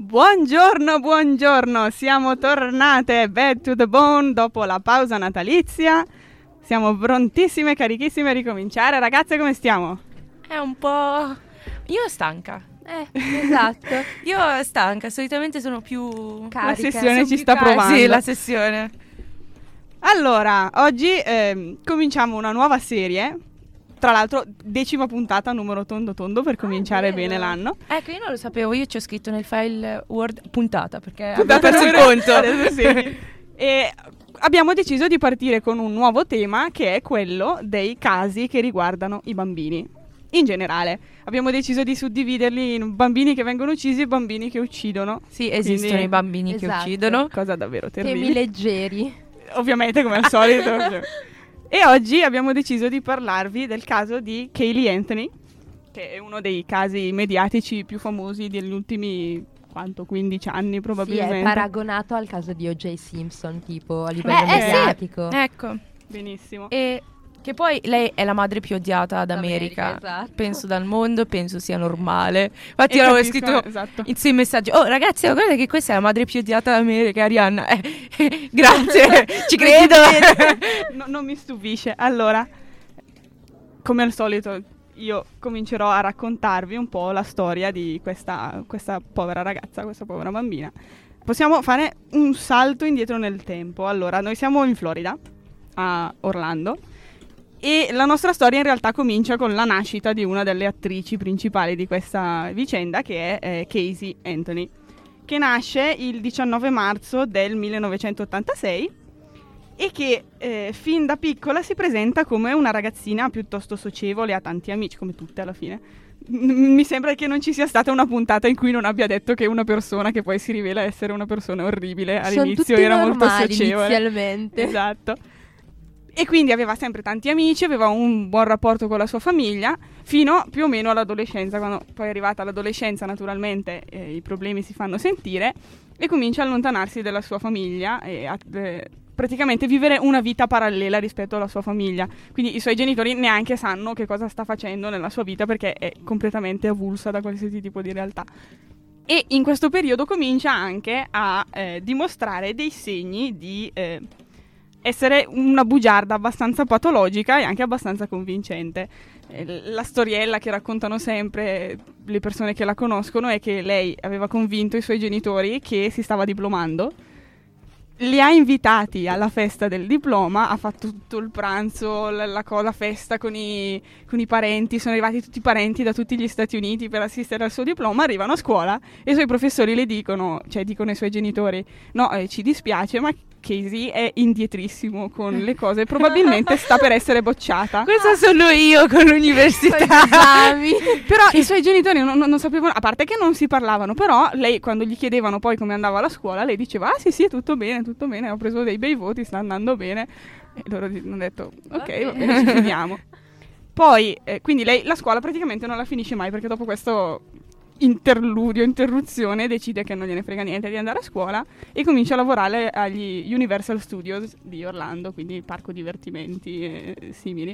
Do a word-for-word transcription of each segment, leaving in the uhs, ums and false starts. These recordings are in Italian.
Buongiorno, buongiorno, siamo tornate back to the bone dopo la pausa natalizia. Siamo prontissime, carichissime a ricominciare. Ragazze, come stiamo? È un po'... Io stanca. Eh, esatto. Io stanca, solitamente sono più... Carica. La sessione sono ci più sta carica. provando. Sì, la sessione. Allora, oggi eh, cominciamo una nuova serie. Tra l'altro, decima puntata, numero tondo tondo, per cominciare Ah, bene vero. l'anno. Ecco, io non lo sapevo, io ci ho scritto nel file Word puntata, perché Puntata avevo perso il numero- conto. Adesso sì. E abbiamo deciso di partire con un nuovo tema, che è quello dei casi che riguardano i bambini. In generale, abbiamo deciso di suddividerli in bambini che vengono uccisi e bambini che uccidono. Sì, esistono Quindi- i bambini che Esatto. uccidono. Cosa davvero Temi terribile. leggeri. Ovviamente, come al solito. E oggi abbiamo deciso di parlarvi del caso di Caylee Anthony, che è uno dei casi mediatici più famosi degli ultimi, quanto, quindici anni Sì, è probabilmente. paragonato al caso di O J Simpson, tipo a livello Eh, eh, sì. mediatico. Ecco, Benissimo. e che poi lei è la madre più odiata d'America. D'America, esatto. Penso dal mondo, penso sia normale. Infatti E io avevo capisco, scritto esatto. in sui messaggi: oh ragazzi, guarda che questa è la madre più odiata d'America, Arianna. Eh, grazie, ci credo. No, non mi stupisce. Allora, come al solito, io comincerò a raccontarvi un po' la storia di questa, questa povera ragazza, questa povera bambina. Possiamo fare un salto indietro nel tempo. Allora, noi siamo in Florida, a Orlando, e la nostra storia in realtà comincia con la nascita di una delle attrici principali di questa vicenda, che è eh, Casey Anthony, che nasce il diciannove marzo del millenovecentottantasei e che eh, fin da piccola si presenta come una ragazzina piuttosto socievole, ha tanti amici, come tutte alla fine. M- mi sembra che non ci sia stata una puntata in cui non abbia detto che una persona che poi si rivela essere una persona orribile Sono all'inizio tutti era molto normali socievole. inizialmente. Esatto. E quindi aveva sempre tanti amici, aveva un buon rapporto con la sua famiglia, fino più o meno all'adolescenza. Quando poi è arrivata l'adolescenza, naturalmente eh, i problemi si fanno sentire e comincia a allontanarsi dalla sua famiglia e a eh, praticamente vivere una vita parallela rispetto alla sua famiglia. Quindi i suoi genitori neanche sanno che cosa sta facendo nella sua vita, perché è completamente avulsa da qualsiasi tipo di realtà. E in questo periodo comincia anche a eh, dimostrare dei segni di... Eh, essere una bugiarda abbastanza patologica e anche abbastanza convincente. Eh, la storiella che raccontano sempre le persone che la conoscono è che lei aveva convinto i suoi genitori che si stava diplomando, li ha invitati alla festa del diploma, ha fatto tutto il pranzo, la, la, co- la festa con i, con i parenti, sono arrivati tutti i parenti da tutti gli Stati Uniti per assistere al suo diploma, arrivano a scuola e i suoi professori le dicono, cioè dicono ai suoi genitori, no, eh, ci dispiace, ma Casey è indietrissimo con le cose, probabilmente sta per essere bocciata. Questa sono io con l'università. Con gli esami. Però i suoi genitori non, non sapevano, a parte che non si parlavano, però lei quando gli chiedevano poi come andava la scuola, lei diceva, ah sì sì, tutto bene, tutto bene, ho preso dei bei voti, sta andando bene. E loro di- hanno detto, ok, va bene, ci fidiamo. Poi, eh, quindi lei la scuola praticamente non la finisce mai, perché dopo questo interludio, interruzione, decide che non gliene frega niente di andare a scuola e comincia a lavorare agli Universal Studios di Orlando, quindi parco divertimenti e simili.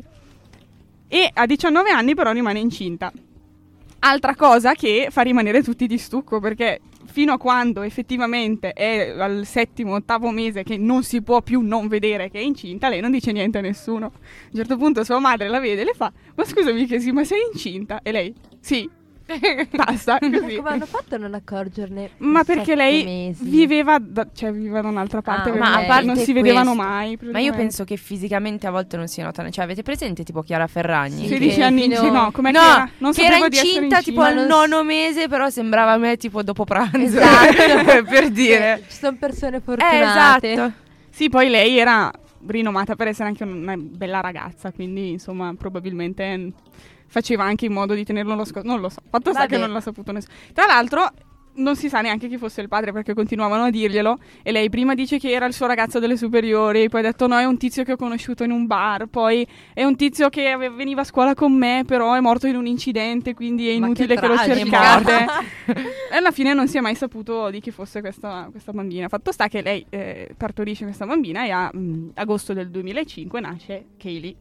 E a diciannove anni però rimane incinta. Altra cosa che fa rimanere tutti di stucco, perché fino a quando effettivamente è al settimo, ottavo mese che non si può più non vedere che è incinta, lei non dice niente a nessuno. A un certo punto sua madre la vede e le fa, ma scusami che sì, ma sei incinta? E lei, sì. Basta, così. Come hanno fatto a non accorgerne? Ma per perché sette lei mesi? viveva da, cioè viveva da un'altra parte, Ah, aveva- ma a parte non si vedevano questo, mai. Ma io praticamente. penso che fisicamente a volte non si notano. Cioè, avete presente tipo Chiara Ferragni? Sì, sedici che anni fino- incinta, no, com'è no, che era? Non che sapevo era di essere incinta tipo incinta. al nono mese, però sembrava a me tipo dopo pranzo. Esatto. Per dire. Eh, ci sono persone Eh, fortunate. esatto. Sì, poi lei era rinomata per essere anche una bella ragazza, quindi insomma probabilmente mm, faceva anche in modo di tenerlo nascosto, non lo so, fatto sta Vabbè. che non l'ha saputo nessuno. Tra l'altro non si sa neanche chi fosse il padre, perché continuavano a dirglielo e lei prima dice che era il suo ragazzo delle superiori, poi ha detto no, è un tizio che ho conosciuto in un bar, poi è un tizio che ave- veniva a scuola con me però è morto in un incidente, quindi è Ma inutile che che, lo tragico. cercate. E alla fine non si è mai saputo di chi fosse questa, questa bambina. Fatto sta che lei eh, partorisce questa bambina e a mh, agosto del duemilacinque nasce Caylee.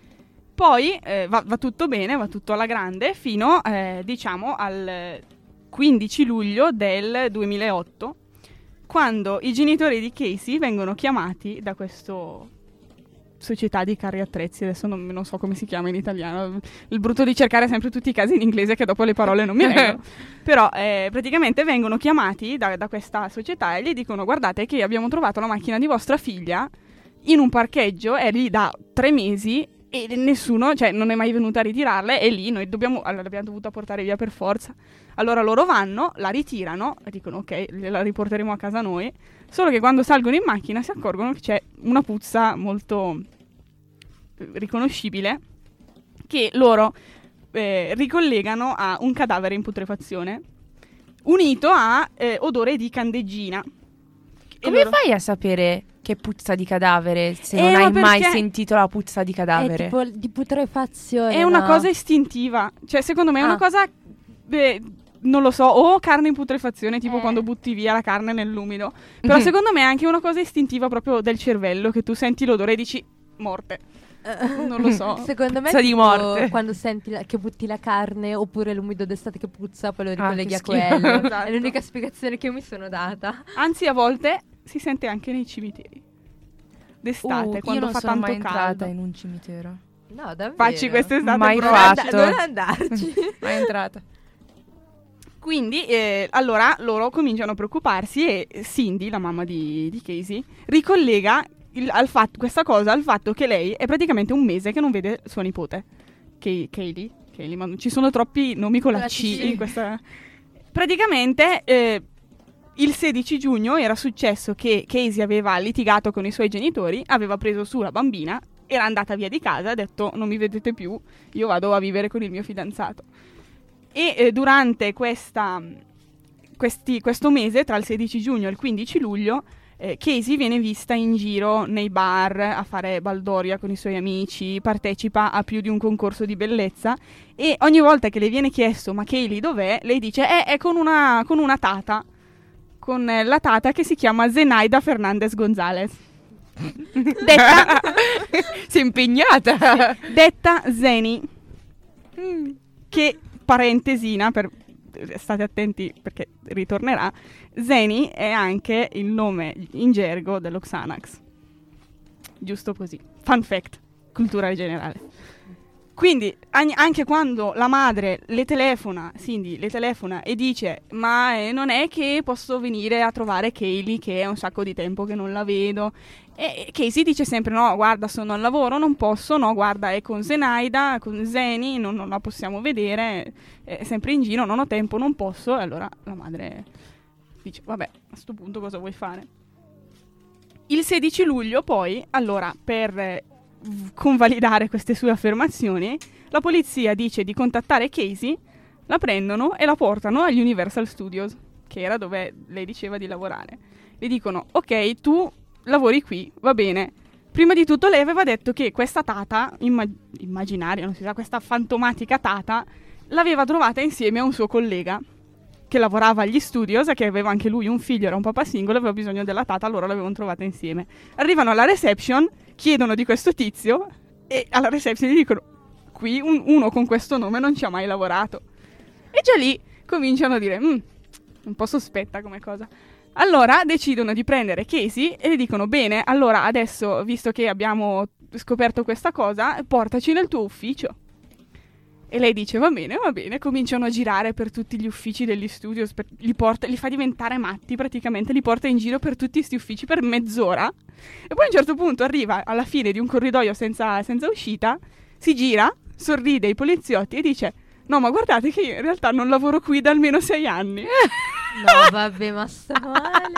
Poi eh, va, va tutto bene, va tutto alla grande fino eh, diciamo al quindici luglio del duemilaotto, quando i genitori di Casey vengono chiamati da questo società di carri attrezzi, adesso non, non so come si chiama in italiano, il brutto di cercare sempre tutti i casi in inglese che dopo le parole non mi vengono, però eh, praticamente vengono chiamati da, da questa società e gli dicono: guardate che abbiamo trovato la macchina di vostra figlia in un parcheggio, è lì da tre mesi e nessuno, cioè non è mai venuto a ritirarla, è lì, noi dobbiamo, allora, l'abbiamo dovuta portare via per forza. Allora loro vanno, la ritirano e dicono: ok, la riporteremo a casa noi, solo che quando salgono in macchina si accorgono che c'è una puzza molto riconoscibile che loro eh, ricollegano a un cadavere in putrefazione unito a eh, odore di candeggina. Come loro... fai a sapere che puzza di cadavere se Eh, non ma hai mai perché- sentito la puzza di È cadavere? tipo di putrefazione. È una no? cosa istintiva, cioè secondo me è una Ah. cosa, beh, non lo so, o carne in putrefazione, tipo Eh. quando butti via la carne nell'umido, però Mhm. secondo me è anche una cosa istintiva proprio del cervello, che tu senti l'odore e dici morte, non lo so. Secondo me Puzza è di tipo morte. quando senti la- che butti la carne oppure l'umido d'estate che puzza, poi lo Ah, ricolleghi che a schifo. quello. Esatto. È l'unica spiegazione che io mi sono data. Anzi, a volte si sente anche nei cimiteri d'estate, Uh, quando io non fa sono tanto mai entrata caldo. in un cimitero. No, davvero. Facci quest'estate, Mai prova. fatto. Non andarci. Mai entrata. Quindi, eh, allora, loro cominciano a preoccuparsi e Cindy, la mamma di, di Casey, ricollega il- al fatto, questa cosa al fatto che lei è praticamente un mese che non vede sua nipote, Kay- Kaylee. Kaylee, ma non ci sono troppi nomi con la La C C. in questa... Praticamente, eh, il sedici giugno era successo che Casey aveva litigato con i suoi genitori, aveva preso su la bambina, era andata via di casa, ha detto: non mi vedete più, io vado a vivere con il mio fidanzato. E eh, durante questa, questi, questo mese, tra il sedici giugno e il quindici luglio, eh, Casey viene vista in giro nei bar a fare baldoria con i suoi amici, partecipa a più di un concorso di bellezza e ogni volta che le viene chiesto ma Kaylee dov'è, lei dice eh, è con una, con una tata, con eh, la tata che si chiama Zenaida Fernandez Gonzalez. detta, Si è impegnata. detta Zeni, che parentesina, per, state attenti perché ritornerà, Zeni è anche il nome in gergo dello Xanax. Giusto così. Fun fact, cultura generale. Quindi an- anche quando la madre le telefona, Cindy le telefona e dice ma eh, non è che posso venire a trovare Kaylee che è un sacco di tempo che non la vedo, e Casey dice sempre no guarda sono al lavoro, non posso, no guarda è con Zenaida, con Zeni, non, non la possiamo vedere, è sempre in giro, non ho tempo, non posso, e allora la madre dice vabbè a sto punto cosa vuoi fare? Il sedici luglio poi, allora per eh, convalidare queste sue affermazioni, la polizia dice di contattare Casey, la prendono e la portano agli Universal Studios, che era dove lei diceva di lavorare. Le dicono ok tu lavori qui, va bene. Prima di tutto lei aveva detto che questa tata, imma- immaginaria, non si sa, questa fantomatica tata, l'aveva trovata insieme a un suo collega che lavorava agli studios e che aveva anche lui un figlio, era un papà singolo, aveva bisogno della tata, allora l'avevano trovata insieme. Arrivano alla reception, chiedono di questo tizio e alla reception gli dicono qui un- uno con questo nome non ci ha mai lavorato. E già lì cominciano a dire "Mm, un po' sospetta come cosa". Allora decidono di prendere Casey e le dicono bene, allora adesso visto che abbiamo scoperto questa cosa, portaci nel tuo ufficio. E lei dice va bene, va bene, cominciano a girare per tutti gli uffici degli studios, per- li, porta, li fa diventare matti praticamente, li porta in giro per tutti questi uffici per mezz'ora e poi a un certo punto arriva alla fine di un corridoio senza, senza uscita, si gira, sorride ai poliziotti e dice no ma guardate che io in realtà non lavoro qui da almeno sei anni. No, vabbè, ma sta male.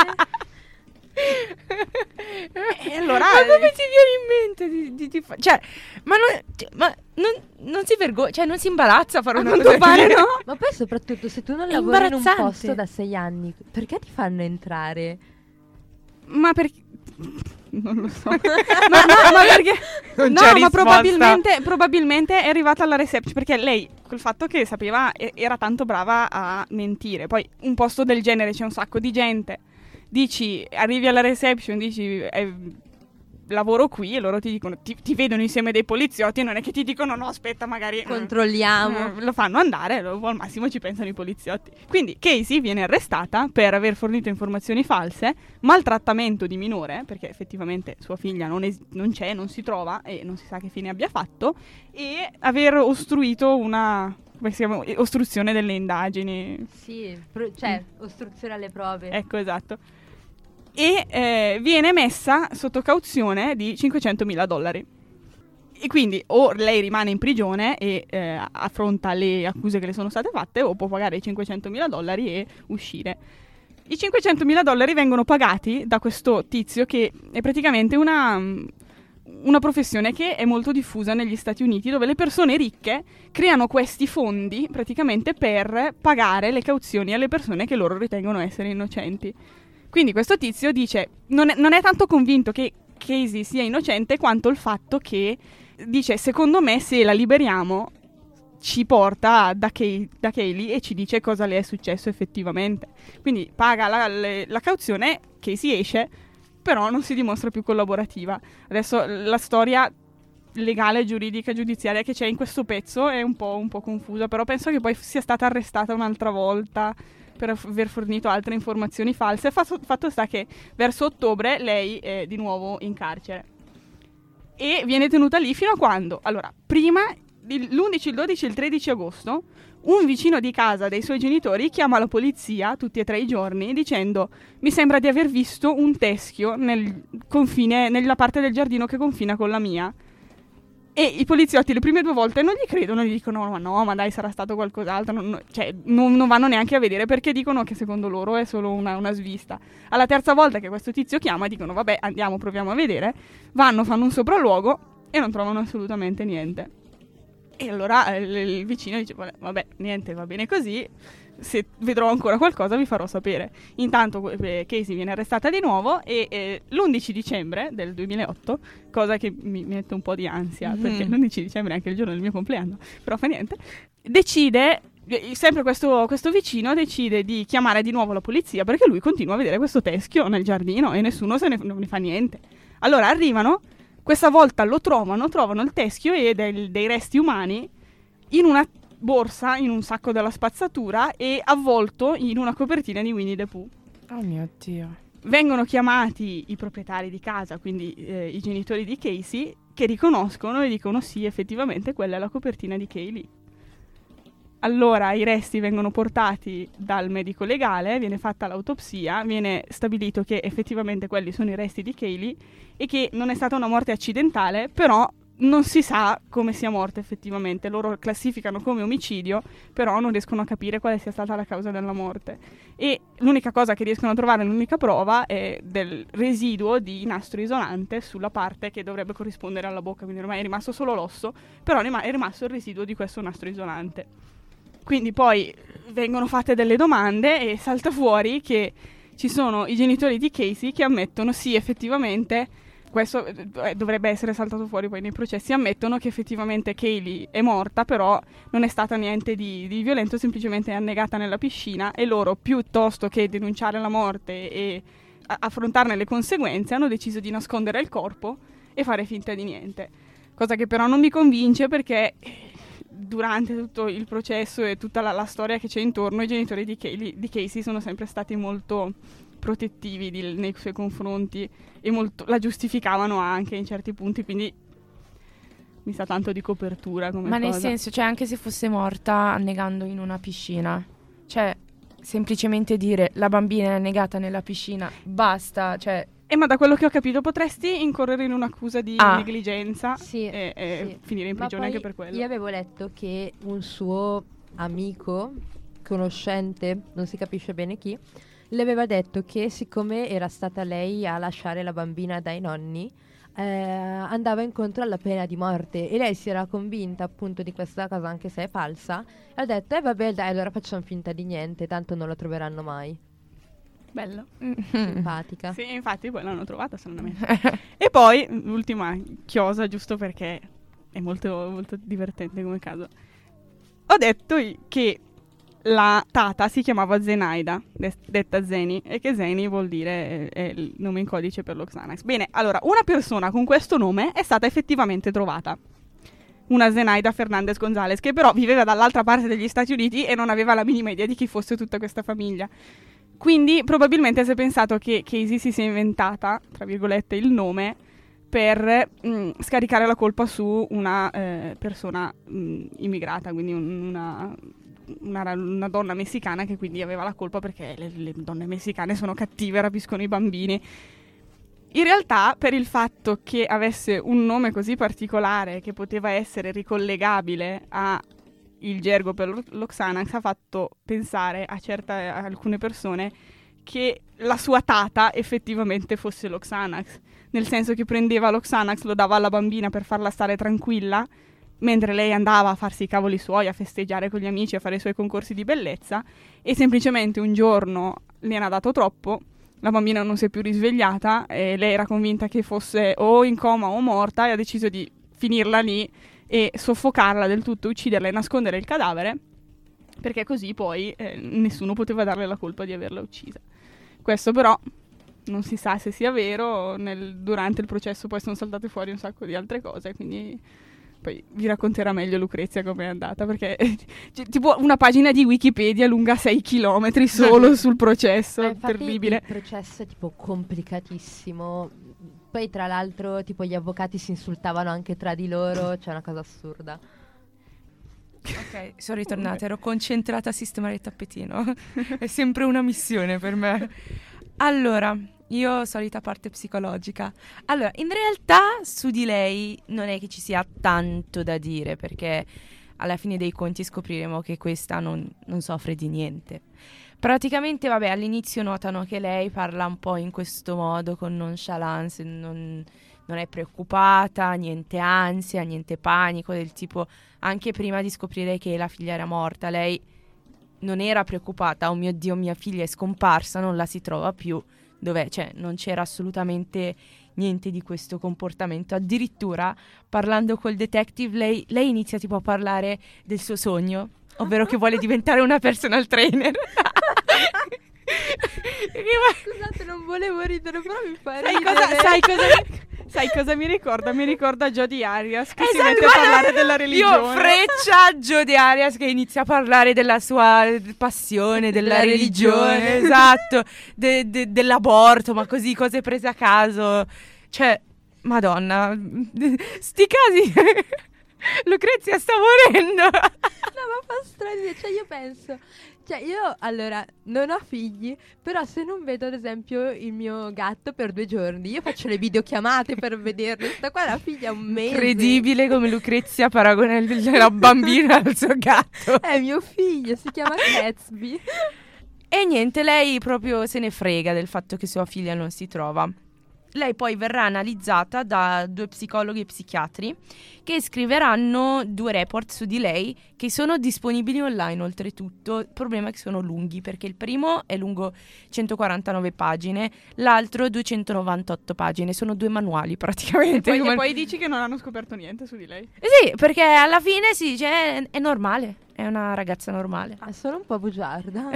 E allora Ma come ti viene in mente di, di- di fa- cioè, ma non, cioè, ma non, non si vergogna, cioè non si imbarazza a fare a una quanto cosa del pare genere? no? Ma poi soprattutto se tu non È lavori in un imbarazzante. posto da sei anni, perché ti fanno entrare? Ma perché non lo so. ma, no, ma perché Non no, c'è ma risposta. probabilmente, probabilmente è arrivata alla reception perché lei col fatto che sapeva e- era tanto brava a mentire. Poi un posto del genere c'è un sacco di gente. Dici arrivi alla reception, dici eh, lavoro qui e loro ti dicono, ti, ti vedono insieme dei poliziotti e non è che ti dicono no aspetta magari controlliamo, eh, lo fanno andare, lo, al massimo ci pensano i poliziotti. Quindi Casey viene arrestata per aver fornito informazioni false, maltrattamento di minore, perché effettivamente sua figlia non, es- non c'è, non si trova e non si sa che fine abbia fatto, e aver ostruito una, come si chiama, ostruzione delle indagini. Sì, pro- cioè ostruzione alle prove. Ecco, esatto. E eh, viene messa sotto cauzione di cinquecentomila dollari. E quindi o lei rimane in prigione e eh, affronta le accuse che le sono state fatte, o può pagare i cinquecentomila dollari e uscire. I cinquecentomila dollari vengono pagati da questo tizio che è praticamente una, una professione che è molto diffusa negli Stati Uniti, dove le persone ricche creano questi fondi praticamente per pagare le cauzioni alle persone che loro ritengono essere innocenti. Quindi questo tizio dice, non è, non è tanto convinto che Casey sia innocente quanto il fatto che dice, secondo me se la liberiamo ci porta da, Kay, da Kaylee e ci dice cosa le è successo effettivamente. Quindi paga la, le, la cauzione, Casey esce, però non si dimostra più collaborativa. Adesso la storia legale, giuridica, giudiziaria che c'è in questo pezzo è un po', un po' confusa, però penso che poi sia stata arrestata un'altra volta per aver fornito altre informazioni false. Fatto, fatto sta che verso ottobre lei è di nuovo in carcere e viene tenuta lì fino a quando? Allora, prima, l'undici, il dodici e il tredici agosto, un vicino di casa dei suoi genitori chiama la polizia tutti e tre i giorni dicendo: mi sembra di aver visto un teschio nel confine, nella parte del giardino che confina con la mia. E i poliziotti le prime due volte non gli credono, gli dicono ma no, ma dai, sarà stato qualcos'altro, non, non, cioè non, non vanno neanche a vedere, perché dicono che secondo loro è solo una, una svista. Alla terza volta che questo tizio chiama dicono vabbè, andiamo, proviamo a vedere, vanno, fanno un sopralluogo e non trovano assolutamente niente. E allora il, il vicino dice vabbè, niente, va bene così, se vedrò ancora qualcosa vi farò sapere. Intanto eh, Casey viene arrestata di nuovo e eh, l'undici dicembre del duemilaotto, cosa che mi mette un po' di ansia, mm-hmm. perché l'undici dicembre è anche il giorno del mio compleanno, però fa niente, decide, eh, sempre questo, questo vicino decide di chiamare di nuovo la polizia, perché lui continua a vedere questo teschio nel giardino e nessuno se ne, non ne fa niente. Allora arrivano, questa volta lo trovano, trovano il teschio e del, dei resti umani in una borsa, in un sacco della spazzatura e avvolto in una copertina di Winnie the Pooh. Oh mio Dio. Vengono chiamati i proprietari di casa, quindi eh, i genitori di Casey, che riconoscono e dicono sì, effettivamente quella è la copertina di Kaylee. Allora i resti vengono portati dal medico legale, viene fatta l'autopsia, viene stabilito che effettivamente quelli sono i resti di Kaylee e che non è stata una morte accidentale, però non si sa come sia morta effettivamente. Loro classificano come omicidio, però non riescono a capire quale sia stata la causa della morte. E l'unica cosa che riescono a trovare, l'unica prova, è del residuo di nastro isolante sulla parte che dovrebbe corrispondere alla bocca, quindi ormai è rimasto solo l'osso, però è rimasto il residuo di questo nastro isolante. Quindi poi vengono fatte delle domande e salta fuori che ci sono i genitori di Casey che ammettono sì, effettivamente, questo eh, dovrebbe essere saltato fuori poi nei processi, ammettono che effettivamente Kaylee è morta, però non è stata niente di, di violento, semplicemente è annegata nella piscina, e loro, piuttosto che denunciare la morte e a- affrontarne le conseguenze, hanno deciso di nascondere il corpo e fare finta di niente. Cosa che però non mi convince, perché durante tutto il processo e tutta la, la storia che c'è intorno, i genitori di, Kaylee, di Casey sono sempre stati molto protettivi di, nei suoi confronti e molto, la giustificavano anche in certi punti, quindi mi sa tanto di copertura come Ma cosa. nel senso, cioè anche se fosse morta annegando in una piscina, cioè semplicemente dire la bambina è annegata nella piscina, basta, cioè. Eh, ma da quello che ho capito potresti incorrere in un'accusa di ah. negligenza sì, e, e sì. finire in ma prigione poi anche per quello. Io avevo letto che un suo amico, conoscente, non si capisce bene chi, le aveva detto che siccome era stata lei a lasciare la bambina dai nonni, eh, andava incontro alla pena di morte, e lei si era convinta appunto di questa cosa, anche se è falsa, e ha detto eh vabbè dai, allora facciamo finta di niente, tanto non la troveranno mai. Bello. Simpatica. Sì, infatti poi l'hanno trovata, secondo me. E poi l'ultima chiosa, giusto perché è molto, molto divertente come caso. Ho detto che la tata si chiamava Zenaida, de- detta Zeni, e che Zeni vuol dire, è, è il nome in codice per lo Xanax. Bene, allora, una persona con questo nome è stata effettivamente trovata. Una Zenaida Fernandez Gonzalez, che però viveva dall'altra parte degli Stati Uniti e non aveva la minima idea di chi fosse tutta questa famiglia. Quindi probabilmente si è pensato che Casey si sia inventata, tra virgolette, il nome per mh, scaricare la colpa su una eh, persona mh, immigrata, quindi un, una, una, una donna messicana che quindi aveva la colpa perché le, le donne messicane sono cattive, rapiscono i bambini. In realtà, per il fatto che avesse un nome così particolare che poteva essere ricollegabile a il gergo per lo, lo Xanax, ha fatto pensare a, certe, a alcune persone che la sua tata effettivamente fosse lo Xanax, nel senso che prendeva lo Xanax, lo dava alla bambina per farla stare tranquilla, mentre lei andava a farsi i cavoli suoi, a festeggiare con gli amici, a fare i suoi concorsi di bellezza, e semplicemente un giorno le ne ha dato troppo. La bambina non si è più risvegliata e lei era convinta che fosse o in coma o morta e ha deciso di finirla lì e soffocarla del tutto, ucciderla e nascondere il cadavere, perché così poi eh, nessuno poteva darle la colpa di averla uccisa. Questo però non si sa se sia vero, nel, durante il processo poi sono saltate fuori un sacco di altre cose, quindi poi vi racconterà meglio Lucrezia com'è andata, perché c'è tipo una pagina di Wikipedia lunga sei chilometri solo sul processo, Ma infatti terribile. il processo è tipo complicatissimo, poi tra l'altro tipo gli avvocati si insultavano anche tra di loro, c'è una cosa assurda. Ok, sono ritornata, ero concentrata a sistemare il tappetino. È sempre una missione per me. Allora, io solita parte psicologica. Allora, in realtà su di lei non è che ci sia tanto da dire, perché alla fine dei conti scopriremo che questa non, non soffre di niente. Praticamente, vabbè, all'inizio notano che lei parla un po' in questo modo, con nonchalance, non, non è preoccupata, niente ansia, niente panico, del tipo, anche prima di scoprire che la figlia era morta, lei non era preoccupata, oh mio Dio, mia figlia è scomparsa, non la si trova più. Dov'è? Cioè, non c'era assolutamente niente di questo comportamento. Addirittura, parlando col detective, lei, lei inizia tipo a parlare del suo sogno, ovvero che vuole diventare una personal trainer. Scusate, non volevo ridere, però mi fa Sai ridere. cosa, sai cosa, sai cosa mi ricorda? Mi ricorda Jodi Arias che si Esatto, mette a guarda, parlare della religione. Io freccia Jodi Arias che inizia a parlare della sua passione, della, Della religione, religione. esatto, de- de- dell'aborto, ma così, cose prese a caso. Cioè, madonna, sti casi. Lucrezia sta morendo. No, ma fa strano, cioè io penso, cioè io allora non ho figli, però se non vedo ad esempio il mio gatto per due giorni, io faccio le videochiamate per vederlo. Sta qua la figlia ha un mese. Incredibile come Lucrezia paragona il- la bambina al suo gatto. È mio figlio, si chiama Gatsby. E niente, lei proprio se ne frega del fatto che sua figlia non si trova. Lei poi verrà analizzata da due psicologhi e psichiatri che scriveranno due report su di lei che sono disponibili online oltretutto. Il problema è che sono lunghi, perché il primo è lungo centoquarantanove pagine, l'altro duecentonovantotto pagine, sono due manuali praticamente. Poi, Come- e poi dici che non hanno scoperto niente su di lei. Eh sì, perché alla fine si dice è, è normale, è una ragazza normale. È solo un po' bugiarda.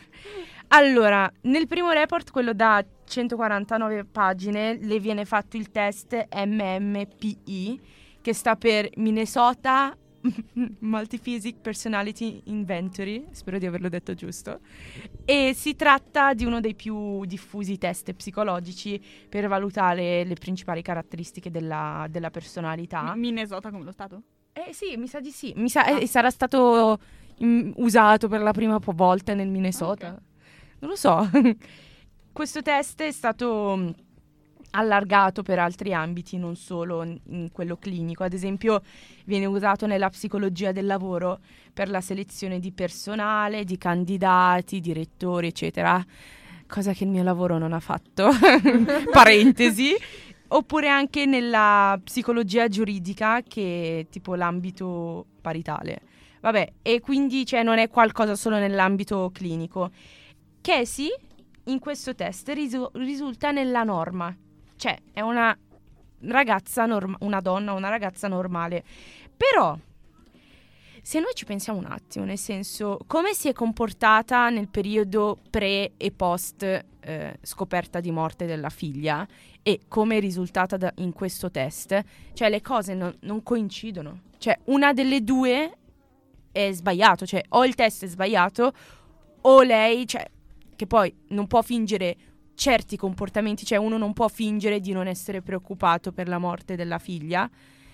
Allora, nel primo report, quello da centoquarantanove pagine, le viene fatto il test M M P I, che sta per Minnesota Multiphysic Personality Inventory, spero di averlo detto giusto, e si tratta di uno dei più diffusi test psicologici per valutare le principali caratteristiche della, della personalità. M- Minnesota come lo stato? Eh sì, mi sa di sì, mi sa, eh, sarà stato mm, usato per la prima po- volta nel Minnesota. Ok. Non lo so. Questo test è stato mh, allargato per altri ambiti, non solo in, in quello clinico. Ad esempio, viene usato nella psicologia del lavoro per la selezione di personale, di candidati, direttori, eccetera. Cosa che il mio lavoro non ha fatto. Parentesi. Oppure anche nella psicologia giuridica, che è tipo l'ambito paritale. Vabbè, e quindi cioè, non è qualcosa solo nell'ambito clinico. Casey in questo test risu- risulta nella norma, cioè è una ragazza norm- una donna, una ragazza normale, però se noi ci pensiamo un attimo, nel senso, come si è comportata nel periodo pre e post eh, scoperta di morte della figlia e come è risultata da, in questo test, cioè le cose non, non coincidono. Cioè una delle due è sbagliato, cioè o il test è sbagliato o lei, cioè, che poi non può fingere certi comportamenti, cioè uno non può fingere di non essere preoccupato per la morte della figlia,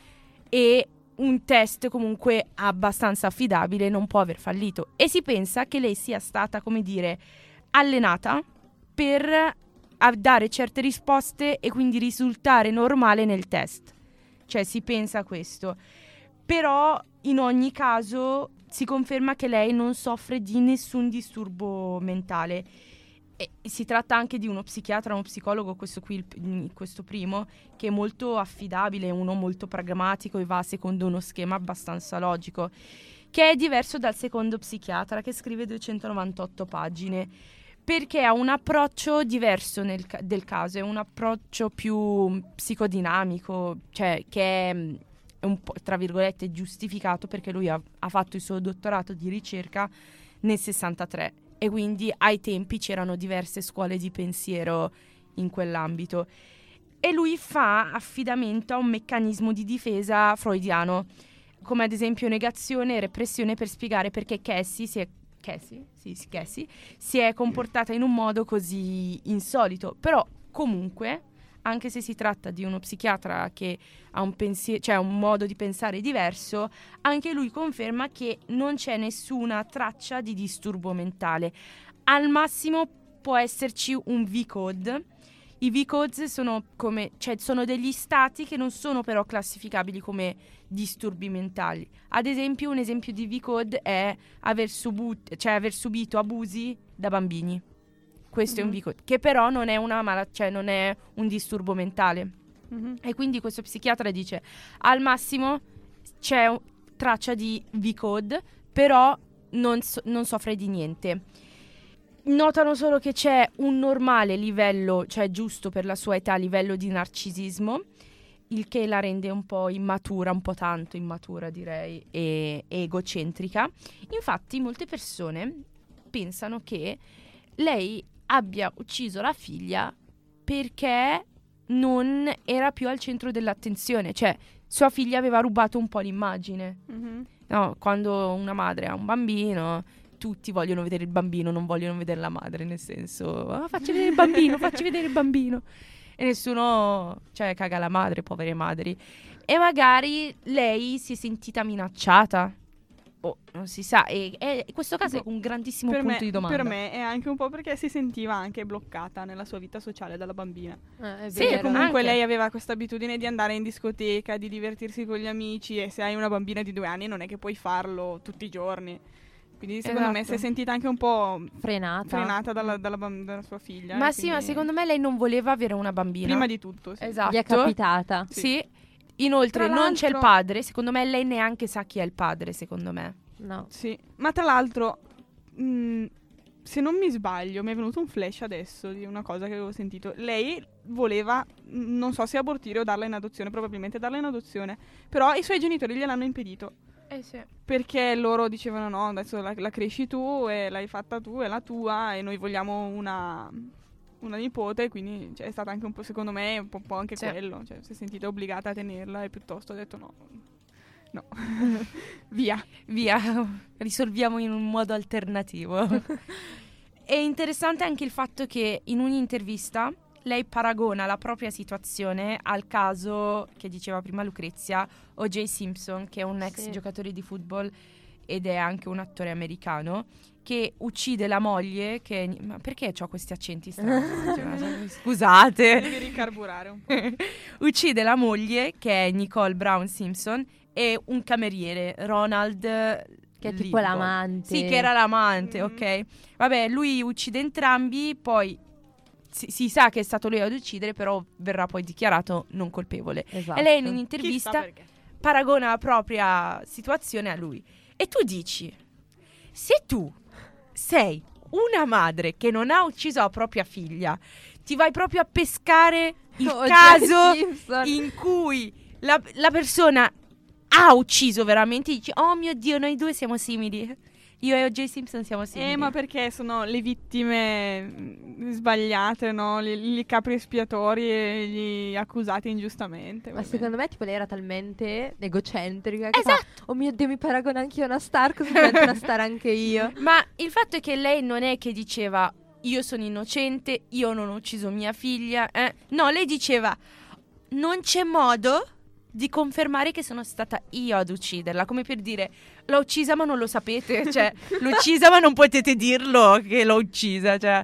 e un test comunque abbastanza affidabile non può aver fallito, e si pensa che lei sia stata, come dire, allenata per a dare certe risposte e quindi risultare normale nel test, cioè si pensa a questo. Però in ogni caso si conferma che lei non soffre di nessun disturbo mentale. E si tratta anche di uno psichiatra, uno psicologo, questo qui, il, questo primo, che è molto affidabile, uno molto pragmatico e va secondo uno schema abbastanza logico, che è diverso dal secondo psichiatra che scrive duecentonovantotto pagine, perché ha un approccio diverso nel, del caso, è un approccio più psicodinamico, cioè che è, è un po', tra virgolette, giustificato, perché lui ha, ha fatto il suo dottorato di ricerca nel sessantatré. E quindi ai tempi c'erano diverse scuole di pensiero in quell'ambito. E lui fa affidamento a un meccanismo di difesa freudiano, come ad esempio negazione e repressione, per spiegare perché Cassie si è, Cassie? Sì, sì, Cassie, si è comportata in un modo così insolito. Però comunque, anche se si tratta di uno psichiatra che ha un pensiero, cioè un modo di pensare diverso, anche lui conferma che non c'è nessuna traccia di disturbo mentale. Al massimo può esserci un V-code. I V-codes sono come, cioè sono degli stati che non sono però classificabili come disturbi mentali. Ad esempio, un esempio di V-code è aver, subut- cioè aver subito abusi da bambini. Questo mm-hmm. è un V-code, che però non è una mala- cioè non è un disturbo mentale. Mm-hmm. E quindi questo psichiatra dice: al massimo c'è un- traccia di V-code, però non, so- non soffre di niente. Notano solo che c'è un normale livello, cioè giusto per la sua età, livello di narcisismo, il che la rende un po' immatura, un po' tanto immatura direi, e, e egocentrica. Infatti molte persone pensano che lei abbia ucciso la figlia perché non era più al centro dell'attenzione, cioè sua figlia aveva rubato un po' l'immagine. Mm-hmm. No, quando una madre ha un bambino, tutti vogliono vedere il bambino, non vogliono vedere la madre, nel senso, ah, facci vedere il bambino, facci vedere il bambino. E nessuno, cioè, caga la madre, povere madri. E magari lei si è sentita minacciata. Oh, non si sa, e, e questo caso è un grandissimo per punto me, di domanda. Per me è anche un po' perché si sentiva anche bloccata nella sua vita sociale dalla bambina. Eh, è sì, perché comunque anche. lei aveva questa abitudine di andare in discoteca, di divertirsi con gli amici, e se hai una bambina di due anni non è che puoi farlo tutti i giorni. Quindi secondo esatto. me si è sentita anche un po' frenata, frenata dalla, dalla, bamb- dalla sua figlia. Ma sì, ma secondo me lei non voleva avere una bambina. Prima di tutto, sì. Esatto. Gli è capitata. Sì. sì. Inoltre Tra non l'altro... c'è il padre, secondo me lei neanche sa chi è il padre, secondo me. No. Sì, ma tra l'altro, mh, se non mi sbaglio, mi è venuto un flash adesso di una cosa che avevo sentito. Lei voleva, mh, non so se abortire o darla in adozione, probabilmente darla in adozione, però i suoi genitori gliel'hanno impedito. Eh sì. Perché loro dicevano no, adesso la, la cresci tu e l'hai fatta tu, è la tua e noi vogliamo una, una nipote, quindi cioè, è stata anche un po', secondo me, un po', un po' anche sì. quello, cioè si è sentita obbligata a tenerla e piuttosto ha detto no. No, via, via, risolviamo in un modo alternativo. È interessante anche il fatto che in un'intervista lei paragona la propria situazione al caso che diceva prima Lucrezia, O J Simpson, che è un ex sì. giocatore di football ed è anche un attore americano, che uccide la moglie che... Ma perché ho questi accenti strani? Scusate. Devi ricarburare un po'. Uccide la moglie, che è Nicole Brown Simpson, e un cameriere, Ronald... Che è tipo l'amante. Sì, che era l'amante, mm-hmm. ok. Vabbè, lui uccide entrambi, poi si, si sa che è stato lui ad uccidere, però verrà poi dichiarato non colpevole. Esatto. E lei in un'intervista paragona la propria situazione a lui. E tu dici, se tu sei una madre che non ha ucciso la propria figlia, ti vai proprio a pescare il oh, caso in cui la, la persona ha ucciso veramente, dici oh mio Dio, noi due siamo simili. Io e O J Simpson siamo simili. Eh, ma perché sono le vittime mh, sbagliate, no? Gli, gli capri espiatori e gli accusati ingiustamente. Ma vabbè. secondo me tipo lei era talmente egocentrica che Esatto. fa, oh mio Dio, mi paragono anche io a una star, così divento una star anche io. Ma il fatto è che lei non è che diceva io sono innocente, io non ho ucciso mia figlia. Eh? No, lei diceva non c'è modo di confermare che sono stata io ad ucciderla, come per dire l'ho uccisa ma non lo sapete, cioè l'ho uccisa ma non potete dirlo che l'ho uccisa, cioè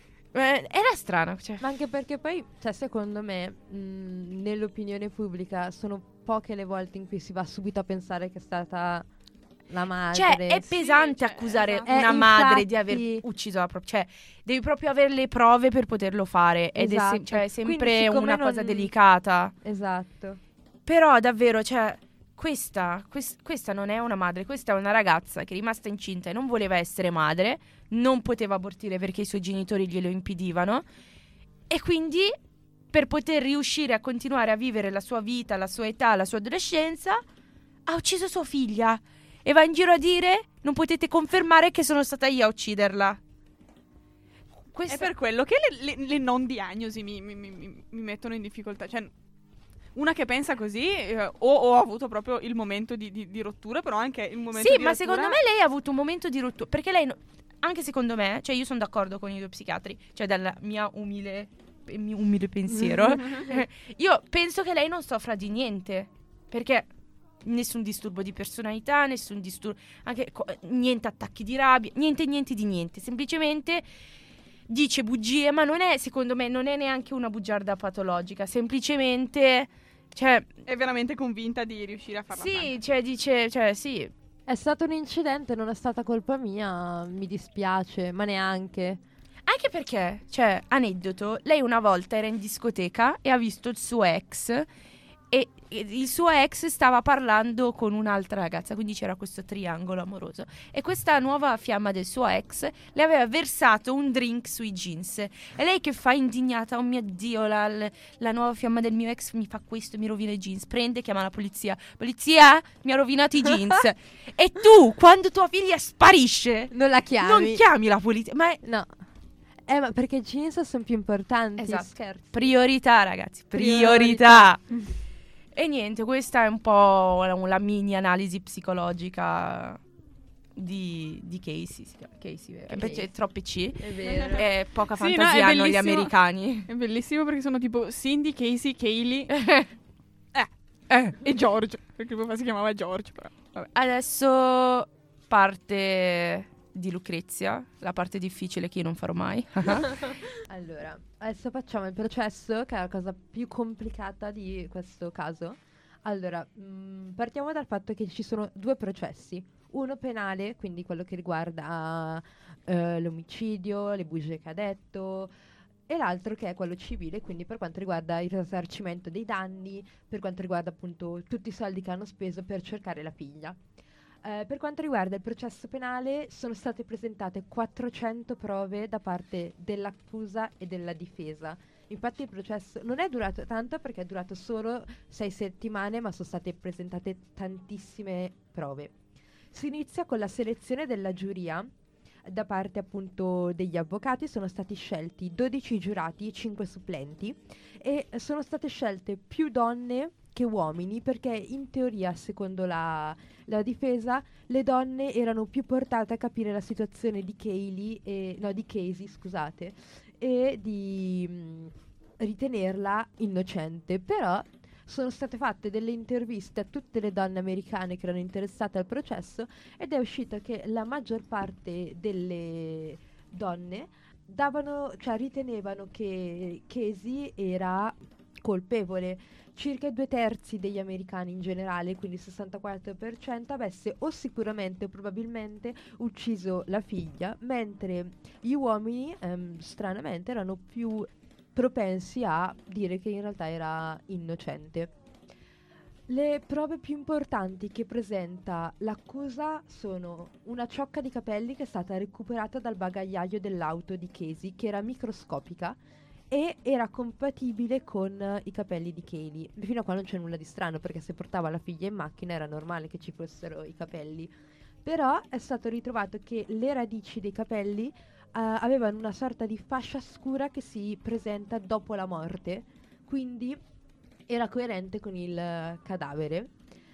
eh, era strano, cioè. Ma anche perché poi, cioè secondo me, mh, nell'opinione pubblica sono poche le volte in cui si va subito a pensare che è stata la madre. Cioè è Sì, pesante cioè, accusare esatto. una Eh, madre infatti- di aver ucciso la propria, cioè devi proprio avere le prove per poterlo fare ed è, Esatto. se- cioè, è sempre Quindi, siccome una cosa non- delicata. Esatto. Però davvero, cioè, questa, quest- questa non è una madre, questa è una ragazza che è rimasta incinta e non voleva essere madre, non poteva abortire perché i suoi genitori glielo impedivano e quindi per poter riuscire a continuare a vivere la sua vita, la sua età, la sua adolescenza, ha ucciso sua figlia e va in giro a dire non potete confermare che sono stata io a ucciderla. Questa... È per quello che le, le- le non diagnosi mi, mi- mi- mi- mi mettono in difficoltà. Cioè, una che pensa così, eh, o ho avuto proprio il momento di, di- di rottura, però anche il momento Sì, di ma rottura... secondo me lei ha avuto un momento di rottura. Perché lei, no- anche secondo me, cioè io sono d'accordo con i due psichiatri, cioè dalla mia umile, mio umile pensiero, io penso che lei non soffra di niente. Perché nessun disturbo di personalità, nessun disturbo, anche co- niente attacchi di rabbia, niente, niente di niente. Semplicemente dice bugie, ma non è, secondo me, non è neanche una bugiarda patologica. Semplicemente, cioè, È veramente convinta di riuscire a farla sì, franca. cioè dice, cioè sì. È stato un incidente, non è stata colpa mia, mi dispiace, ma neanche. Anche perché, cioè, aneddoto, lei una volta era in discoteca e ha visto il suo ex e e il suo ex stava parlando con un'altra ragazza, quindi c'era questo triangolo amoroso e questa nuova fiamma del suo ex le aveva versato un drink sui jeans e lei che fa indignata, oh mio Dio, la, la nuova fiamma del mio ex mi fa questo, mi rovina i jeans, prende, chiama la polizia, polizia, mi ha rovinato i jeans e tu, quando tua figlia sparisce, Non la chiami. non chiami la polizia, ma è No. Eh, ma perché i jeans sono più importanti. Esatto. Scherzo. priorità, ragazzi, Priorità. priorità. E niente, questa è un po' la, la mini analisi psicologica di, di Casey. Si chiama Casey, vero? Casey. Perché troppe C. È vero. E poca Sì, no, è fantasia hanno gli bellissimo. americani. È bellissimo perché sono tipo Cindy, Casey, Kaylee Eh. e George. Perché il papà si chiamava George, però. Vabbè. Adesso parte di Lucrezia, la parte difficile che io non farò mai. Allora, adesso facciamo il processo, che è la cosa più complicata di questo caso. Allora, mh, partiamo dal fatto che ci sono due processi. Uno penale, quindi quello che riguarda eh, l'omicidio, le bugie che ha detto, e l'altro che è quello civile, quindi per quanto riguarda il risarcimento dei danni, per quanto riguarda appunto tutti i soldi che hanno speso per cercare la figlia. Eh, per quanto riguarda il processo penale, sono state presentate quattrocento prove da parte dell'accusa e della difesa. Infatti il processo non è durato tanto perché è durato solo sei settimane, ma sono state presentate tantissime prove. Si inizia con la selezione della giuria. Da parte appunto degli avvocati sono stati scelti dodici giurati, cinque supplenti e sono state scelte più donne che uomini perché in teoria, secondo la, la difesa, le donne erano più portate a capire la situazione di Kaylee e, no, di Casey, scusate, e di mh, ritenerla innocente. Però sono state fatte delle interviste a tutte le donne americane che erano interessate al processo ed è uscito che la maggior parte delle donne davano, cioè ritenevano che Casey era colpevole. Circa i due terzi degli americani in generale, quindi il sessantaquattro per cento, avesse o sicuramente o probabilmente ucciso la figlia, mentre gli uomini, ehm, stranamente, erano più propensi a dire che in realtà era innocente. Le prove più importanti che presenta l'accusa sono una ciocca di capelli che è stata recuperata dal bagagliaio dell'auto di Casey, che era microscopica, e era compatibile con eh, i capelli di Kaylee. Fino a qua non c'è nulla di strano, perché se portava la figlia in macchina era normale che ci fossero i capelli. Però è stato ritrovato che le radici dei capelli eh, avevano una sorta di fascia scura che si presenta dopo la morte, quindi era coerente con il eh, cadavere.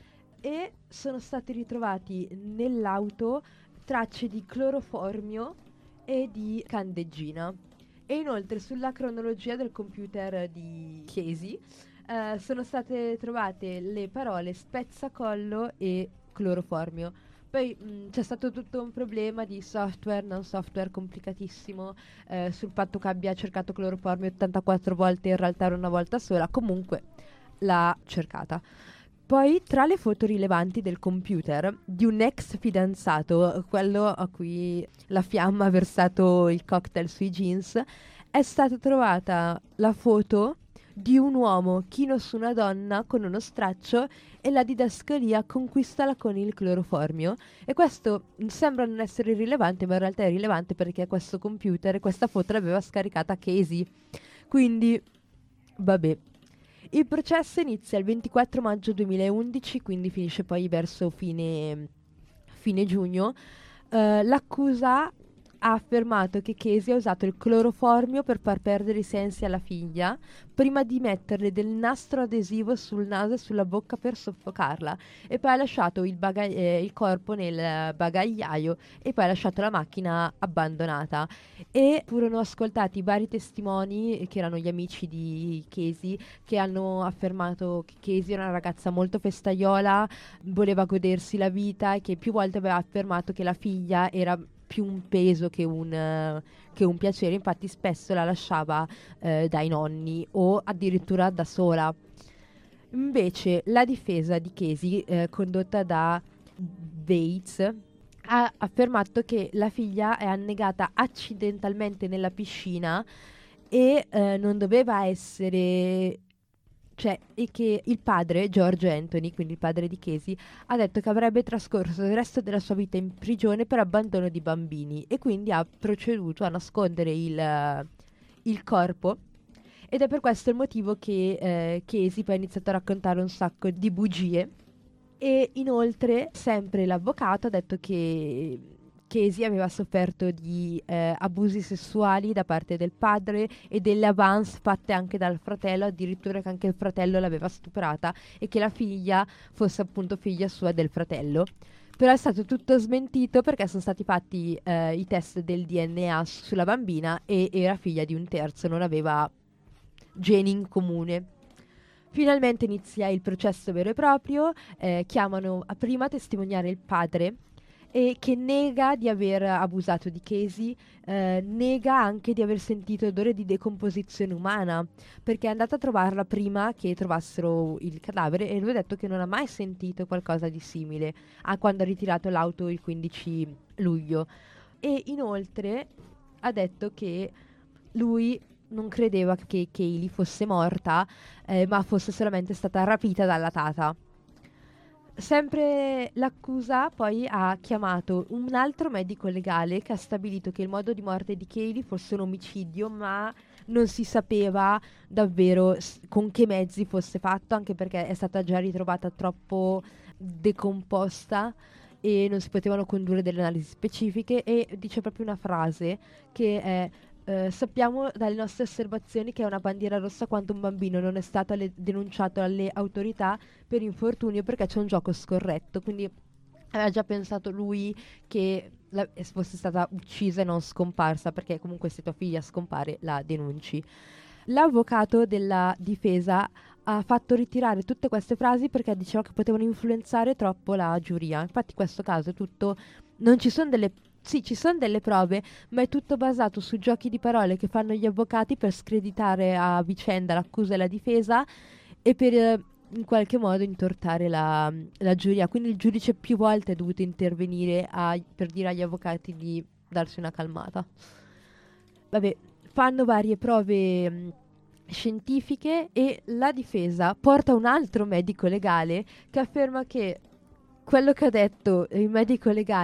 E sono stati ritrovati nell'auto tracce di cloroformio e di candeggina. E inoltre sulla cronologia del computer di Casey eh, sono state trovate le parole spezzacollo e cloroformio. Poi mh, c'è stato tutto un problema di software, non software complicatissimo, eh, sul fatto che abbia cercato cloroformio ottantaquattro volte, in realtà era una volta sola, comunque l'ha cercata. Poi, tra le foto rilevanti del computer di un ex fidanzato, quello a cui la fiamma ha versato il cocktail sui jeans, è stata trovata la foto di un uomo chino su una donna con uno straccio e la didascalia conquistala con il cloroformio. E questo sembra non essere rilevante, ma in realtà è rilevante perché questo computer, questa foto l'aveva scaricata Casey. Quindi, vabbè. Il processo inizia il ventiquattro maggio duemilaundici, quindi finisce poi verso fine, fine giugno. Uh, l'accusa ha affermato che Casey ha usato il cloroformio per far perdere i sensi alla figlia, prima di metterle del nastro adesivo sul naso e sulla bocca per soffocarla, e poi ha lasciato il, baga- eh, il corpo nel bagagliaio e poi ha lasciato la macchina abbandonata. E furono ascoltati vari testimoni, che erano gli amici di Casey, che hanno affermato che Casey era una ragazza molto festaiola, voleva godersi la vita, e che più volte aveva affermato che la figlia era più un peso che un, uh, che un piacere. Infatti spesso la lasciava uh, dai nonni o addirittura da sola. Invece la difesa di Casey, uh, condotta da Bates, ha affermato che la figlia è annegata accidentalmente nella piscina e uh, non doveva essere... Cioè, e che il padre, George Anthony, quindi il padre di Casey, ha detto che avrebbe trascorso il resto della sua vita in prigione per abbandono di bambini, e quindi ha proceduto a nascondere il, uh, il corpo. Ed è per questo il motivo che eh, Casey poi ha iniziato a raccontare un sacco di bugie. E inoltre, sempre l'avvocato ha detto che Casey aveva sofferto di eh, abusi sessuali da parte del padre e delle avance fatte anche dal fratello, addirittura che anche il fratello l'aveva stuprata e che la figlia fosse appunto figlia sua del fratello. Però è stato tutto smentito perché sono stati fatti eh, i test del D N A sulla bambina e era figlia di un terzo, non aveva geni in comune. Finalmente inizia il processo vero e proprio, eh, chiamano a prima a testimoniare il padre, e che nega di aver abusato di Casey, eh, nega anche di aver sentito odore di decomposizione umana, perché è andata a trovarla prima che trovassero il cadavere e lui ha detto che non ha mai sentito qualcosa di simile a quando ha ritirato l'auto il quindici luglio. E inoltre ha detto che lui non credeva che Kaylee fosse morta, eh, ma fosse solamente stata rapita dalla tata. Sempre l'accusa poi ha chiamato un altro medico legale che ha stabilito che il modo di morte di Kaylee fosse un omicidio, ma non si sapeva davvero s- con che mezzi fosse fatto, anche perché è stata già ritrovata troppo decomposta e non si potevano condurre delle analisi specifiche. E dice proprio una frase che è: Eh, sappiamo dalle nostre osservazioni che è una bandiera rossa quando un bambino non è stato alle- denunciato alle autorità per infortunio perché c'è un gioco scorretto. Quindi aveva già pensato lui che la- eh, fosse stata uccisa e non scomparsa, perché comunque se tua figlia scompare la denunci. L'avvocato della difesa ha fatto ritirare tutte queste frasi perché diceva che potevano influenzare troppo la giuria. Infatti in questo caso è tutto... non ci sono delle... Sì, ci sono delle prove, ma è tutto basato su giochi di parole che fanno gli avvocati per screditare a vicenda l'accusa e la difesa e per eh, in qualche modo intortare la, la giuria. Quindi il giudice più volte è dovuto intervenire a- per dire agli avvocati di darsi una calmata. Vabbè, fanno varie prove mh, scientifiche e la difesa porta un altro medico legale che afferma che quello che ha detto il medico legale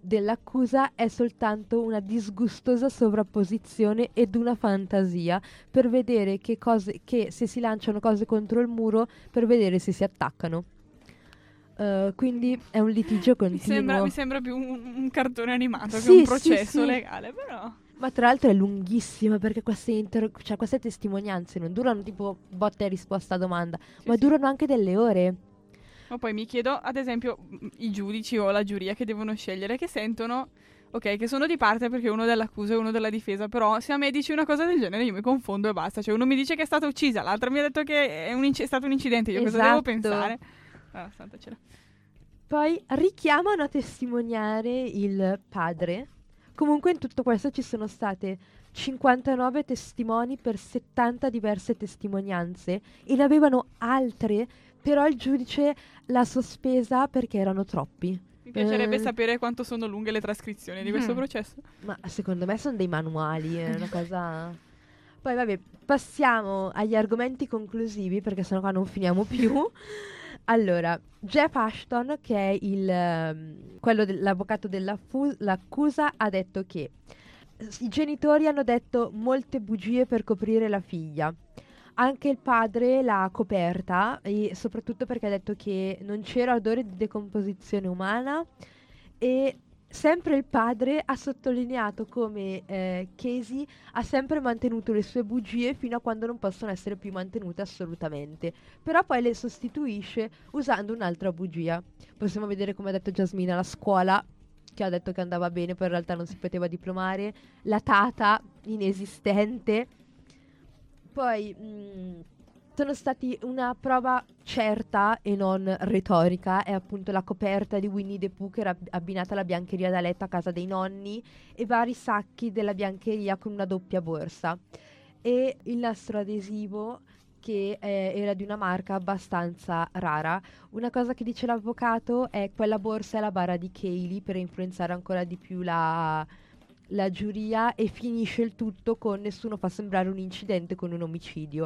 dell'accusa è soltanto una disgustosa sovrapposizione ed una fantasia per vedere che cose, che se si lanciano cose contro il muro per vedere se si attaccano. Uh, quindi è un litigio continuo. Mi sembra, mi sembra più un, un cartone animato sì, che un processo sì, sì. legale, però. Ma tra l'altro è lunghissima perché queste, inter- cioè, queste testimonianze non durano tipo botta e risposta a domanda, Sì, ma sì. durano anche delle ore. Ma poi mi chiedo, ad esempio, i giudici o la giuria che devono scegliere, che sentono, ok, che sono di parte perché uno dell'accusa e uno della difesa, però se a me dici una cosa del genere io mi confondo e basta. Cioè uno mi dice che è stata uccisa, l'altro mi ha detto che è, un inc- è stato un incidente, io cosa devo Esatto. pensare? Ah, santa cielo. Poi richiamano a testimoniare il padre. Comunque in tutto questo ci sono state cinquantanove testimoni per settanta diverse testimonianze e ne avevano altre, però il giudice l'ha sospesa perché erano troppi. Mi piacerebbe Eh. sapere quanto sono lunghe le trascrizioni di questo Mm. processo. Ma secondo me sono dei manuali, è una cosa... Poi vabbè, passiamo agli argomenti conclusivi perché sennò qua non finiamo più. Allora, Jeff Ashton, che è il, ehm, quello dell'avvocato dell'accusa, ha detto che s- i genitori hanno detto molte bugie per coprire la figlia. Anche il padre l'ha coperta, e soprattutto perché ha detto che non c'era odore di decomposizione umana e sempre il padre ha sottolineato come eh, Casey ha sempre mantenuto le sue bugie fino a quando non possono essere più mantenute assolutamente, però poi le sostituisce usando un'altra bugia. Possiamo vedere, come ha detto Jasmine, la scuola che ha detto che andava bene, poi in realtà non si poteva diplomare, la tata inesistente. Poi mh, sono stati una prova certa e non retorica, è appunto la coperta di Winnie the Pooh che era abbinata alla biancheria da letto a casa dei nonni e vari sacchi della biancheria con una doppia borsa e il nastro adesivo che eh, era di una marca abbastanza rara. Una cosa che dice l'avvocato è quella borsa è la bara di Kaylee per influenzare ancora di più la, la giuria e finisce il tutto con nessuno fa sembrare un incidente con un omicidio.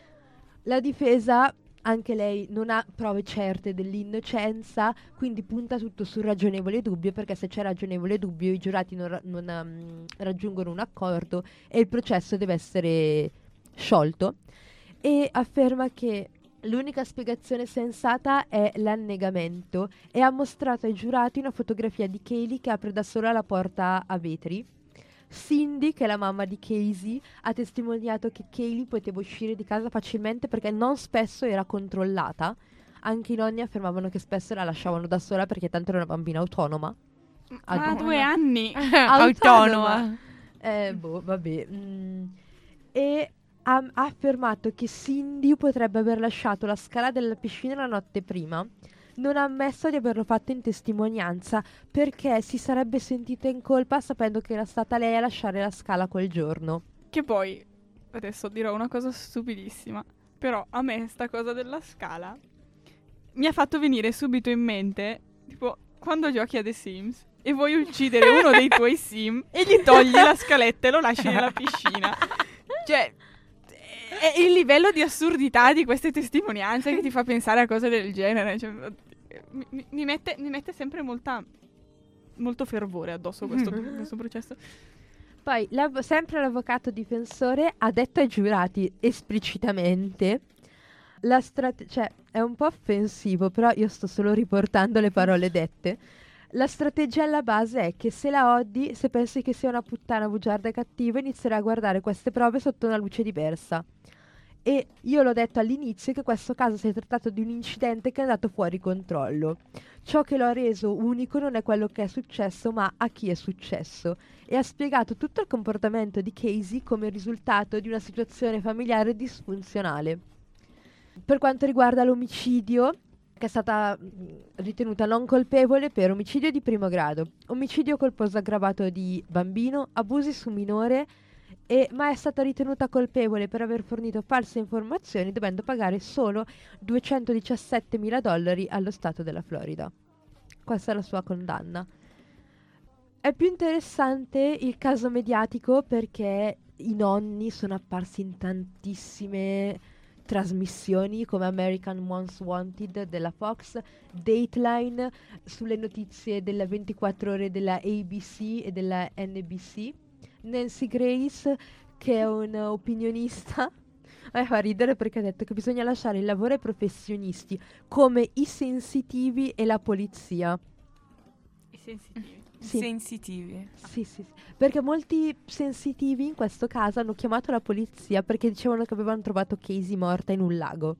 La difesa, anche lei, non ha prove certe dell'innocenza, quindi punta tutto sul ragionevole dubbio, perché se c'è ragionevole dubbio i giurati non, ra- non, um, raggiungono un accordo e il processo deve essere sciolto. E afferma che l'unica spiegazione sensata è l'annegamento e ha mostrato ai giurati una fotografia di Kaylee che apre da sola la porta a vetri. Cindy, che è la mamma di Casey, ha testimoniato che Kaylee poteva uscire di casa facilmente perché non spesso era controllata. Anche i nonni affermavano che spesso la lasciavano da sola perché tanto era una bambina autonoma. Ma Ad- a due anni. Autonoma. Eh, boh, vabbè. Mm. E ha, ha affermato che Cindy potrebbe aver lasciato la scala della piscina la notte prima. Non ha ammesso di averlo fatto in testimonianza perché si sarebbe sentita in colpa sapendo che era stata lei a lasciare la scala quel giorno. Che poi, adesso dirò una cosa stupidissima, però a me sta cosa della scala mi ha fatto venire subito in mente, tipo, quando giochi a The Sims e vuoi uccidere uno dei tuoi sim e gli togli la scaletta e lo lasci nella piscina. Cioè, è il livello di assurdità di queste testimonianze che ti fa pensare a cose del genere. Cioè, mi, mi mette, mi mette sempre molta, molto fervore addosso questo, questo processo. Poi, l'av- sempre l'avvocato difensore ha detto ai giurati esplicitamente la strate- cioè è un po' offensivo, però io sto solo riportando le parole dette. La strategia alla base è che se la odi, se pensi che sia una puttana bugiarda e cattiva, inizierai a guardare queste prove sotto una luce diversa. E io l'ho detto all'inizio che questo caso si è trattato di un incidente che è andato fuori controllo. Ciò che lo ha reso unico non è quello che è successo, ma a chi è successo. E ha spiegato tutto il comportamento di Casey come risultato di una situazione familiare disfunzionale. Per quanto riguarda l'omicidio, che è stata mh, ritenuta non colpevole per omicidio di primo grado, omicidio colposo aggravato di bambino, abusi su minore, e, ma è stata ritenuta colpevole per aver fornito false informazioni, dovendo pagare solo duecentodiciassettemila dollari allo Stato della Florida. Questa è la sua condanna. È più interessante il caso mediatico perché i nonni sono apparsi in tantissime trasmissioni come American Most Wanted della Fox, Dateline sulle notizie della ventiquattro ore della A B C e della N B C, Nancy Grace che è un opinionista. A me fa ridere perché ha detto che bisogna lasciare il lavoro ai professionisti come i sensitivi e la polizia. I sensitivi. Sì. Sensitivi. Sì, sì, sì. Perché molti sensitivi in questo caso hanno chiamato la polizia perché dicevano che avevano trovato Casey morta in un lago.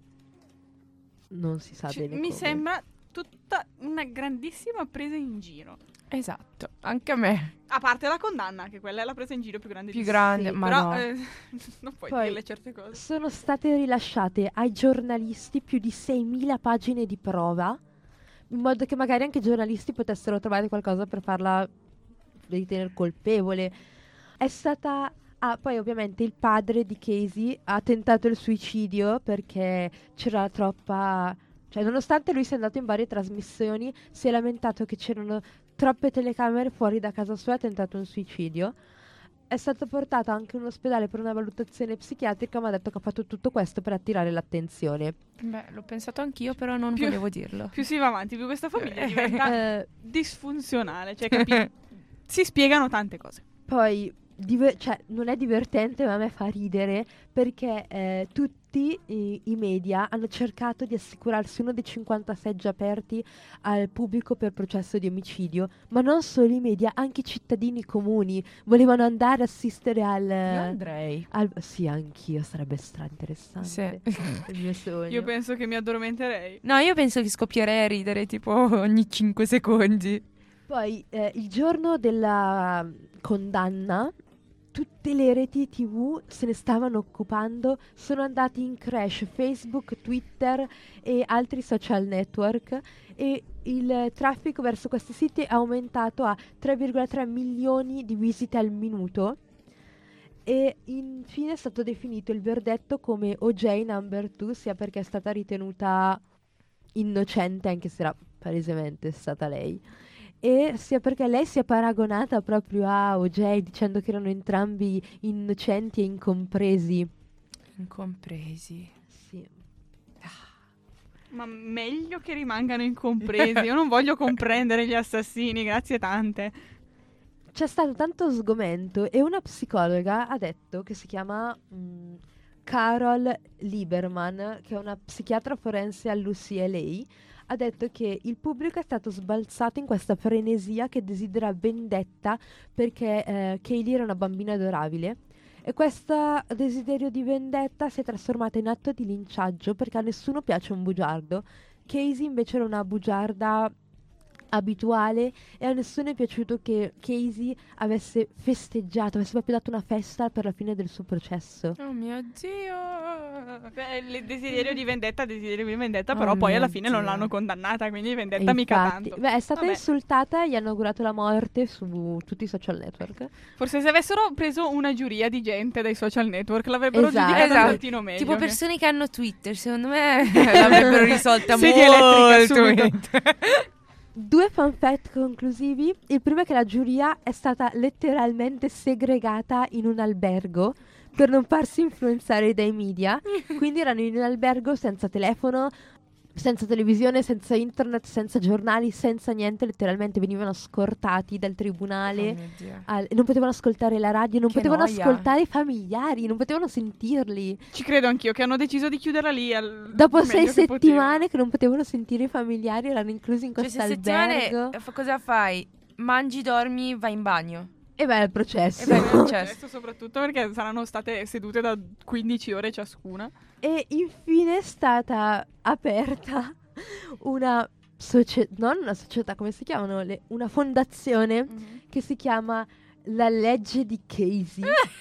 Non si sa Cioè, bene mi come. sembra tutta una grandissima presa in giro. Esatto, anche a me. A parte la condanna, che quella è la presa in giro più grande Più di grande, Sì, ma Però no. eh, non puoi Poi- dirle certe cose. Sono state rilasciate ai giornalisti più di seimila pagine di prova, in modo che magari anche i giornalisti potessero trovare qualcosa per farla ritenere colpevole. È stata... Ah, poi ovviamente il padre di Casey ha tentato il suicidio perché c'era troppa... Cioè, nonostante lui sia andato in varie trasmissioni, si è lamentato che c'erano troppe telecamere fuori da casa sua e ha tentato un suicidio. È stato portato anche in un ospedale per una valutazione psichiatrica, ma ha detto che ha fatto tutto questo per attirare l'attenzione. Beh, l'ho pensato anch'io, però non Più- volevo dirlo. Più si va avanti, più questa famiglia diventa Eh, disfunzionale. Cioè, capi- si spiegano tante cose. Poi, diver- cioè, non è divertente, ma a me fa ridere perché eh, tutti i, i media hanno cercato di assicurarsi uno dei cinquanta seggi aperti al pubblico per processo di omicidio, ma non solo i media, anche i cittadini comuni volevano andare a assistere al... Io andrei. al sì, anch'io, sarebbe stra interessante. Sì. Il mio sogno. Io penso che mi addormenterei. No, io penso che scoppierei a ridere tipo ogni cinque secondi. Poi, eh, il giorno della condanna, tutte le reti tivù se ne stavano occupando, sono andati in crash Facebook, Twitter e altri social network e il traffico verso questi siti è aumentato a tre virgola tre milioni di visite al minuto e infine è stato definito il verdetto come O J number two, sia perché è stata ritenuta innocente anche se era palesemente stata lei, e sia perché lei si è paragonata proprio a O J dicendo che erano entrambi innocenti e incompresi. Incompresi. Sì. Ma meglio che rimangano incompresi. Io non voglio comprendere gli assassini, grazie tante. C'è stato tanto sgomento e una psicologa ha detto, che si chiama mm, Carol Lieberman, che è una psichiatra forense all'U C L A, ha detto che il pubblico è stato sbalzato in questa frenesia che desidera vendetta perché eh, Kaylee era una bambina adorabile e questo desiderio di vendetta si è trasformato in atto di linciaggio perché a nessuno piace un bugiardo. Casey invece era una bugiarda abituale e a nessuno è piaciuto che Casey avesse festeggiato, avesse proprio dato una festa per la fine del suo processo. Oh mio Dio. Beh, il desiderio di vendetta, desiderio di vendetta, Oh però poi mio alla fine non Dio. l'hanno condannata, quindi vendetta E mica infatti, tanto. beh, è stata Vabbè. insultata e gli hanno augurato la morte su tutti i social network. Forse se avessero preso una giuria di gente dai social network l'avrebbero Esatto. giudicata Esatto. un pochino meglio. Tipo che- persone che hanno Twitter, secondo me l'avrebbero risolta Sedia elettrica molto subito. meglio. Due fun fact conclusivi. Il primo è che la giuria è stata letteralmente segregata in un albergo per non farsi influenzare dai media. Quindi erano in un albergo senza telefono, senza televisione, senza internet, senza giornali, senza niente. Letteralmente venivano scortati dal Oh tribunale. mio Dio. al- non potevano ascoltare la radio, non Che potevano noia. ascoltare i familiari, non potevano sentirli. Ci credo anch'io che hanno deciso di chiuderla lì. Al... Dopo meglio sei che settimane potevano. che non potevano sentire i familiari, erano inclusi in Cioè, questo se settimane albergo. eh, fa- cosa fai? Mangi, dormi, vai in bagno. E beh, il processo. E beh, il processo. Questo soprattutto perché saranno state sedute da quindici ore ciascuna. E infine è stata aperta una società, non una società, come si chiamano? Le- una fondazione che si chiama La Legge di Casey.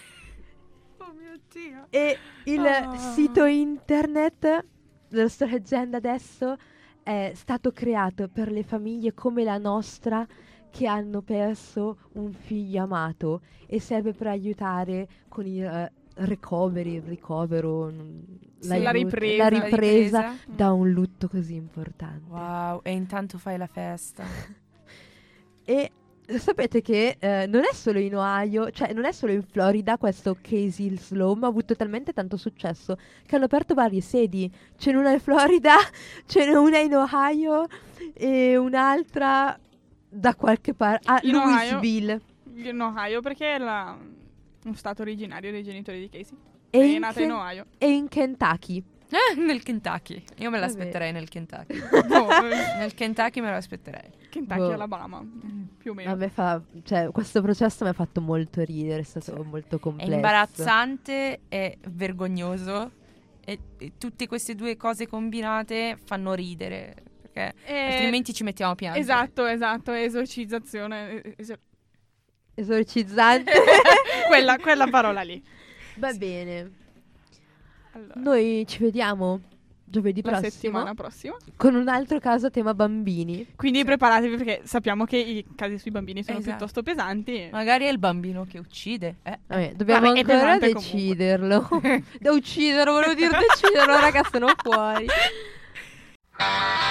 Oh mio Dio. E il Ah. sito internet, lo sto leggendo adesso, è stato creato per le famiglie come la nostra che hanno perso un figlio amato e serve per aiutare con il eh, recovery, il ricovero, mm, Sì, l'aiuto- la ripresa. la La ripresa ripresa. da un lutto così importante. Wow, e intanto fai la festa. E sapete che eh, non è solo in Ohio, cioè non è solo in Florida questo Casey Sloan ha avuto talmente tanto successo che hanno aperto varie sedi. Ce n'è una in Florida, ce n'è una in Ohio e un'altra da qualche parte a In Louisville. In Ohio perché è la- uno stato originario dei genitori di Casey. E È in nata Ken- in Ohio. e in Kentucky. Eh, nel Kentucky. Io me Vabbè. l'aspetterei nel Kentucky. Boh, eh, Nel Kentucky me lo aspetterei. Kentucky, Boh. Alabama, più o meno. A me fa, cioè, questo processo mi ha fatto molto ridere, è stato molto È complesso. imbarazzante, è vergognoso e, e tutte queste due cose combinate fanno ridere, perché Eh, altrimenti ci mettiamo a piangere. Esatto, esatto, esorcizzazione. eh, esor- Esorcizzante. quella, quella parola lì. Va bene. Allora, Noi ci vediamo giovedì la prossimo settimana prossima. con un altro caso a tema bambini. Quindi Sì. preparatevi perché sappiamo che i casi sui bambini sono Esatto. piuttosto pesanti. Magari è il bambino che uccide. Eh. Vabbè, dobbiamo Vabbè, è ancora pesante comunque. deciderlo. Da ucciderlo, volevo dire deciderlo, ragazzi, sono fuori.